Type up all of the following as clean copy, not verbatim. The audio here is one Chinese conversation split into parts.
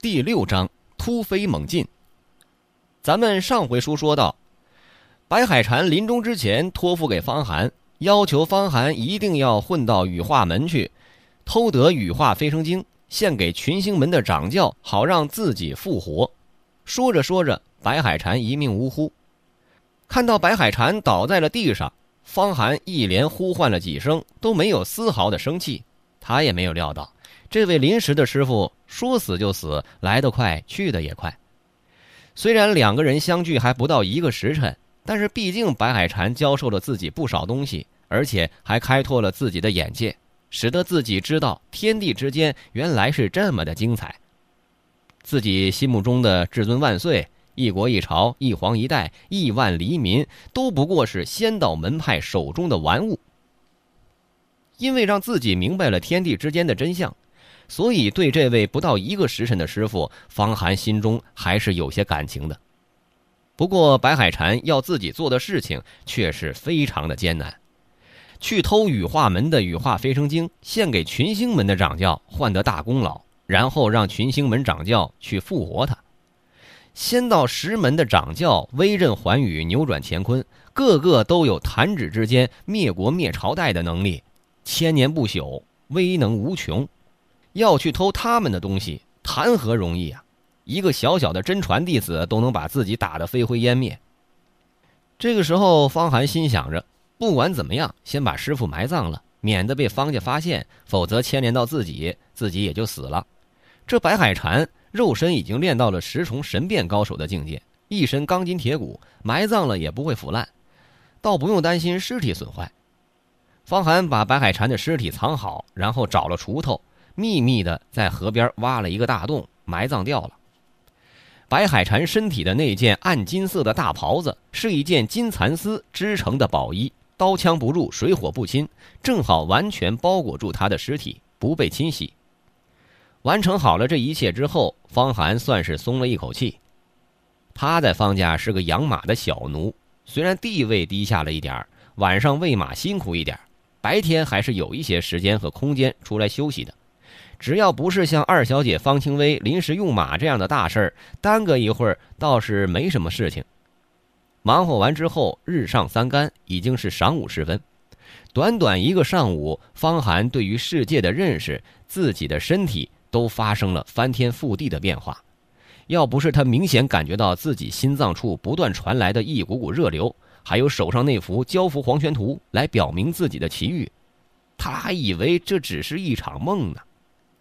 第6章突飞猛进。咱们上回书说到，白海禅临终之前托付给方寒，要求方寒一定要混到羽化门去，偷得羽化飞升经，献给群星门的掌教，好让自己复活。说着说着，白海禅一命呜呼。看到白海禅倒在了地上，方寒一连呼唤了几声，都没有丝毫的生气。他也没有料到，这位临时的师傅说死就死，来得快，去得也快。虽然2个人相聚还不到1个时辰，但是毕竟白海禅教授了自己不少东西，而且还开拓了自己的眼界，使得自己知道天地之间原来是这么的精彩。自己心目中的至尊万岁、一国一朝、一皇一代、亿万黎民，都不过是仙道门派手中的玩物。因为让自己明白了天地之间的真相，所以对这位不到1个时辰的师傅，方寒心中还是有些感情的。不过白海禅要自己做的事情却是非常的艰难，去偷羽化门的羽化飞升经，献给群星门的掌教，换得大功劳，然后让群星门掌教去复活他。仙道10门的掌教威震寰宇，扭转乾坤，个个都有弹指之间灭国灭朝代的能力，千年不朽，威能无穷。要去偷他们的东西，谈何容易啊！一个小小的真传弟子都能把自己打得飞灰烟灭。这个时候方寒心想着，不管怎么样，先把师傅埋葬了，免得被方家发现，否则牵连到自己也就死了。这白海禅肉身已经练到了10重神变高手的境界，一身钢筋铁骨，埋葬了也不会腐烂，倒不用担心尸体损坏。方寒把白海禅的尸体藏好，然后找了锄头，秘密的在河边挖了一个大洞，埋葬掉了。白海禅身体的那件暗金色的大袍子，是一件金蚕丝织成的宝衣，刀枪不入，水火不侵，正好完全包裹住他的尸体，不被侵袭。完成好了这一切之后，方寒算是松了一口气。他在方家是个养马的小奴，虽然地位低下了一点，晚上喂马辛苦一点，白天还是有一些时间和空间出来休息的。只要不是像二小姐方清薇临时用马这样的大事儿，耽搁一会儿倒是没什么事情。忙活完之后，日上3竿，已经是晌午时分。短短1个上午，方寒对于世界的认识，自己的身体都发生了翻天覆地的变化。要不是他明显感觉到自己心脏处不断传来的一股股热流，还有手上那幅交符黄泉图来表明自己的奇遇，他还以为这只是一场梦呢。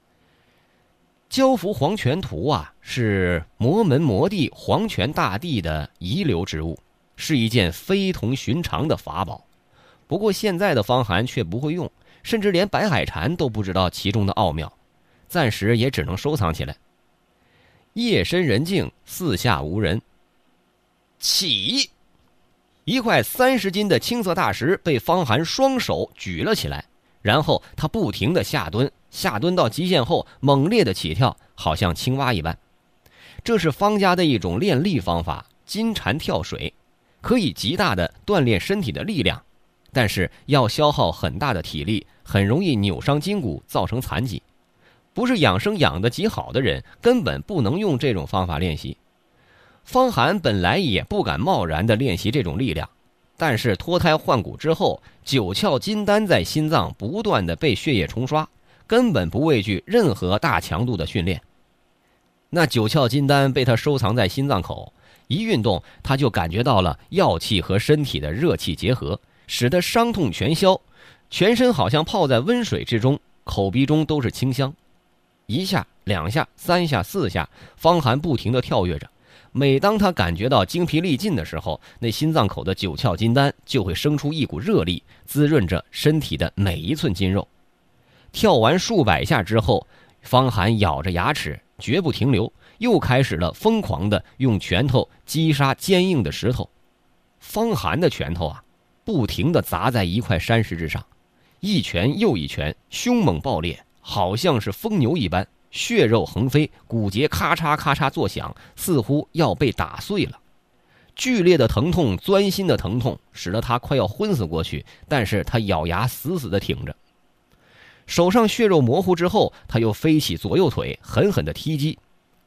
交符黄泉图啊，是魔门魔帝黄泉大帝的遗留之物，是一件非同寻常的法宝。不过现在的方寒却不会用，甚至连白海禅都不知道其中的奥妙，暂时也只能收藏起来。夜深人静，四下无人。起！一块30斤的青色大石被方寒双手举了起来，然后他不停地下蹲到极限后猛烈的起跳，好像青蛙一般。这是方家的一种练力方法，金蝉跳水，可以极大的锻炼身体的力量，但是要消耗很大的体力，很容易扭伤筋骨，造成残疾。不是养生养得极好的人，根本不能用这种方法练习。方寒本来也不敢贸然的练习这种力量，但是脱胎换骨之后，9窍金丹在心脏不断的被血液冲刷，根本不畏惧任何大强度的训练。那9窍金丹被他收藏在心脏口，一运动他就感觉到了药气和身体的热气结合，使得伤痛全消，全身好像泡在温水之中，口鼻中都是清香。1下2下3下4下，方寒不停地跳跃着。每当他感觉到精疲力尽的时候，那心脏口的9窍金丹就会生出一股热力，滋润着身体的每一寸筋肉。跳完数百下之后，方寒咬着牙齿绝不停留，又开始了疯狂的用拳头击杀坚硬的石头。方寒的拳头啊，不停地砸在一块山石之上，一拳又一拳，凶猛爆裂，好像是疯牛一般，血肉横飞，骨节咔嚓咔嚓作响，似乎要被打碎了。剧烈的疼痛，钻心的疼痛，使得他快要昏死过去，但是他咬牙死死地挺着。手上血肉模糊之后，他又飞起左右腿，狠狠地踢击。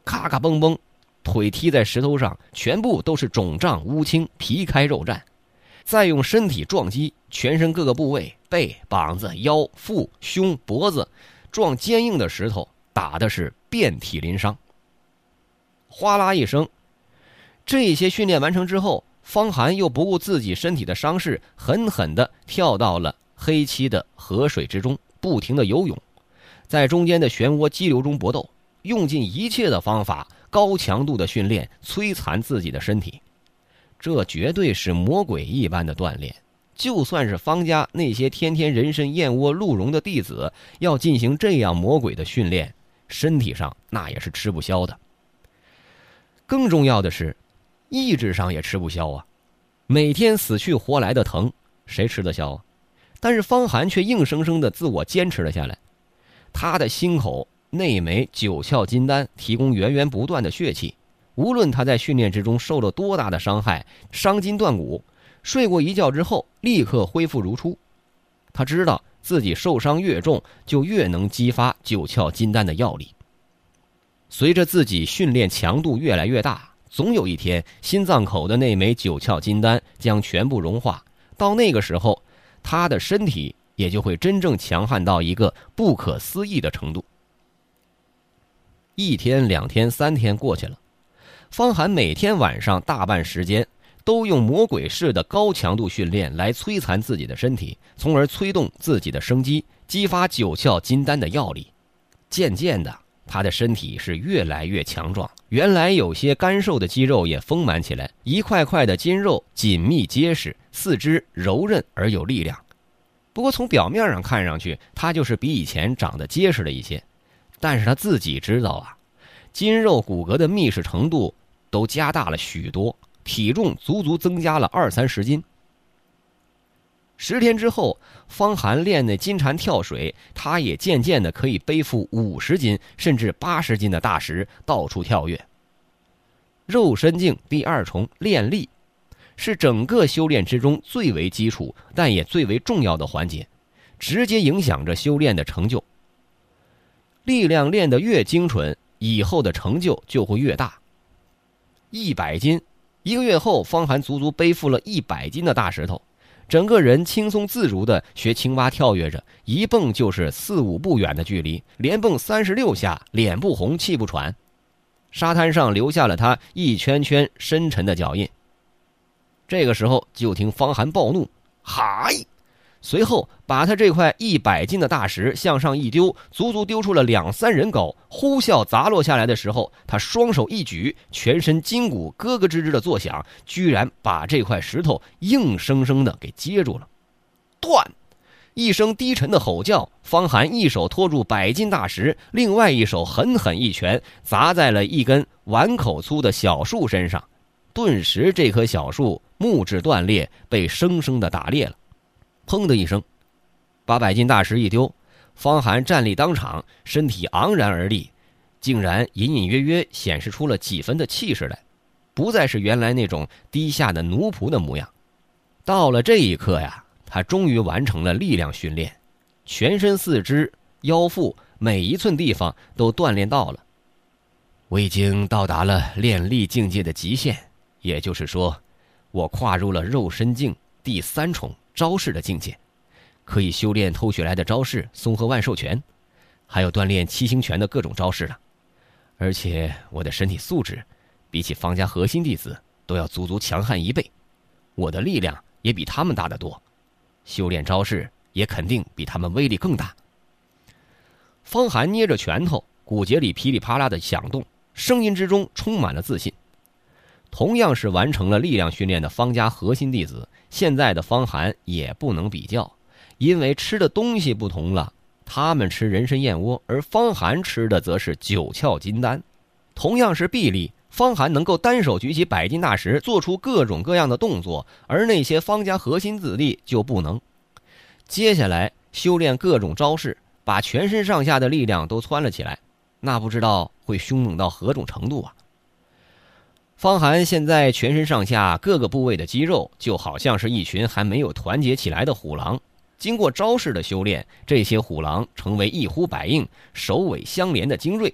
咔咔嘣嘣，腿踢在石头上，全部都是肿胀乌青，皮开肉绽。再用身体撞击，全身各个部位，背、膀子、腰、腹、胸、脖子，撞坚硬的石头，打的是遍体鳞伤。哗啦一声，这些训练完成之后，方寒又不顾自己身体的伤势，狠狠地跳到了黑漆的河水之中，不停地游泳，在中间的漩涡激流中搏斗，用尽一切的方法，高强度的训练，摧残自己的身体。这绝对是魔鬼一般的锻炼，就算是方家那些天天人参燕窝鹿茸的弟子，要进行这样魔鬼的训练，身体上那也是吃不消的。更重要的是，意志上也吃不消啊！每天死去活来的疼，谁吃得消啊？但是方寒却硬生生的自我坚持了下来。他的心口内枚九窍金丹提供源源不断的血气，无论他在训练之中受了多大的伤害，伤筋断骨，睡过一觉之后立刻恢复如初。他知道自己受伤越重，就越能激发九窍金丹的药力。随着自己训练强度越来越大，总有一天心脏口的那枚九窍金丹将全部融化，到那个时候，他的身体也就会真正强悍到一个不可思议的程度。1天、2天、3天过去了，方寒每天晚上大半时间都用魔鬼式的高强度训练来摧残自己的身体，从而催动自己的生机，激发九窍金丹的药力。渐渐的，他的身体是越来越强壮，原来有些干瘦的肌肉也丰满起来，一块块的筋肉紧密结实，四肢柔韧而有力量。不过从表面上看上去，他就是比以前长得结实了一些，但是他自己知道啊，筋肉骨骼的密实程度都加大了许多，体重足足增加了20-30斤。10天之后，方寒练那金蝉跳水，他也渐渐的可以背负50斤甚至80斤的大石到处跳跃。肉身境第2重练力，是整个修炼之中最为基础但也最为重要的环节，直接影响着修炼的成就。力量练得越精纯，以后的成就就会越大。100斤，1个月后，方寒足足背负了100斤的大石头，整个人轻松自如地学青蛙跳跃着，一蹦就是4-5步远的距离，连蹦36下，脸不红气不喘。沙滩上留下了他一圈圈深沉的脚印。这个时候就听方寒暴怒，嗨！随后把他这块100斤的大石向上一丢，足足丢出了2-3人高，呼啸砸落下来的时候，他双手一举，全身筋骨咯咯吱吱的作响，居然把这块石头硬生生的给接住了。断！一声低沉的吼叫，方寒一手托住100斤大石，另外一手狠狠一拳砸在了一根碗口粗的小树身上，顿时这棵小树木质断裂，被生生的打裂了。砰的一声，把100斤大石一丢，方寒站立当场，身体昂然而立，竟然隐隐约约显示出了几分的气势来，不再是原来那种低下的奴仆的模样。到了这一刻呀，他终于完成了力量训练，全身四肢、腰腹每一寸地方都锻炼到了。我已经到达了练力境界的极限，也就是说，我跨入了肉身境第3重招式的境界，可以修炼偷学来的招式松鹤万兽拳，还有锻炼七星拳的各种招式了。而且我的身体素质比起方家核心弟子都要足足强悍1倍，我的力量也比他们大得多，修炼招式也肯定比他们威力更大。方寒捏着拳头，骨节里噼里啪啦的响动，声音之中充满了自信。同样是完成了力量训练的方家核心弟子，现在的方寒也不能比较，因为吃的东西不同了，他们吃人参燕窝，而方寒吃的则是九窍金丹。同样是臂力，方寒能够单手举起100斤大石，做出各种各样的动作，而那些方家核心子弟就不能。接下来修炼各种招式，把全身上下的力量都窜了起来，那不知道会凶猛到何种程度啊！方寒现在全身上下各个部位的肌肉就好像是一群还没有团结起来的虎狼，经过招式的修炼，这些虎狼成为一呼百应、首尾相连的精锐，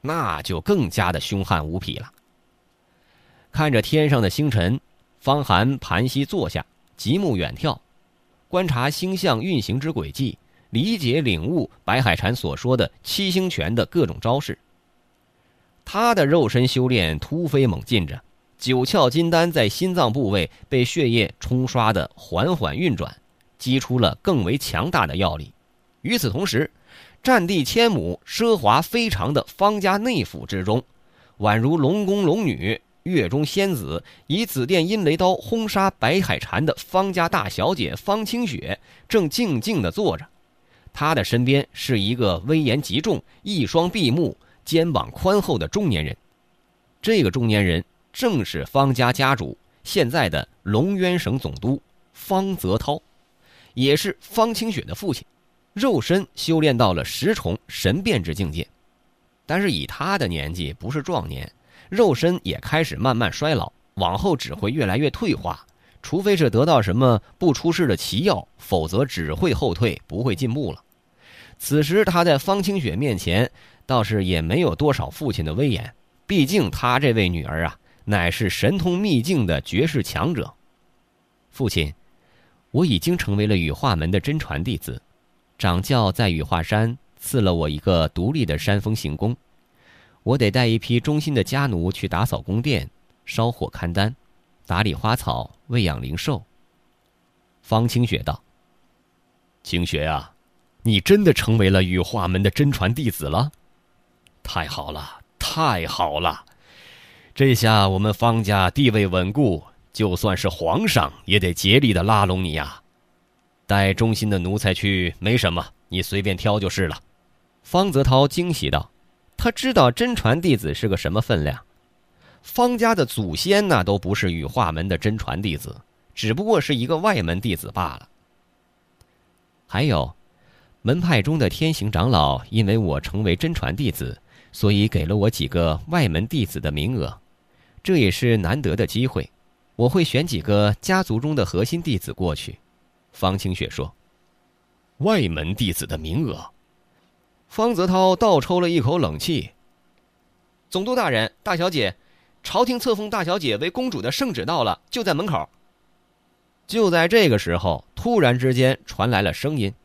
那就更加的凶悍无匹了。看着天上的星辰，方寒盘膝坐下，极目远眺，观察星象运行之轨迹，理解领悟白海禅所说的七星拳的各种招式。他的肉身修炼突飞猛进着，九窍金丹在心脏部位被血液冲刷的缓缓运转，激出了更为强大的药力。与此同时，占地千亩、奢华非常的方家内府之中，宛如龙宫龙女、月中仙子以紫电阴雷刀轰杀白海禅的方家大小姐方清雪正静静地坐着。她的身边是一个威严极重、一双闭目、肩膀宽厚的中年人。这个中年人正是方家家主，现在的龙渊省总督方泽涛，也是方清雪的父亲，肉身修炼到了10重神变之境界。但是以他的年纪不是壮年，肉身也开始慢慢衰老，往后只会越来越退化，除非是得到什么不出世的奇药，否则只会后退，不会进步了。此时他在方清雪面前倒是也没有多少父亲的威严，毕竟他这位女儿啊，乃是神通秘境的绝世强者。父亲，我已经成为了羽化门的真传弟子，掌教在羽化山赐了我一个独立的山峰行宫，我得带一批忠心的家奴去打扫宫殿，烧火看丹，打理花草，喂养灵兽。方清雪道：清雪啊，你真的成为了羽化门的真传弟子了？太好了，太好了！这下我们方家地位稳固，就算是皇上也得竭力的拉拢你呀。带忠心的奴才去没什么，你随便挑就是了。方泽涛惊喜道：他知道真传弟子是个什么分量。方家的祖先那都不是羽化门的真传弟子，只不过是一个外门弟子罢了。还有，门派中的天行长老因为我成为真传弟子，所以给了我几个外门弟子的名额，这也是难得的机会，我会选几个家族中的核心弟子过去。方清雪说：外门弟子的名额？方泽涛倒抽了一口冷气。总督大人，大小姐，朝廷册封大小姐为公主的圣旨到了，就在门口。就在这个时候，突然之间传来了声音：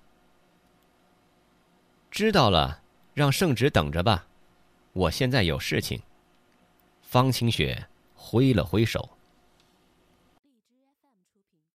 知道了，让圣旨等着吧，我现在有事情。方清雪挥了挥手。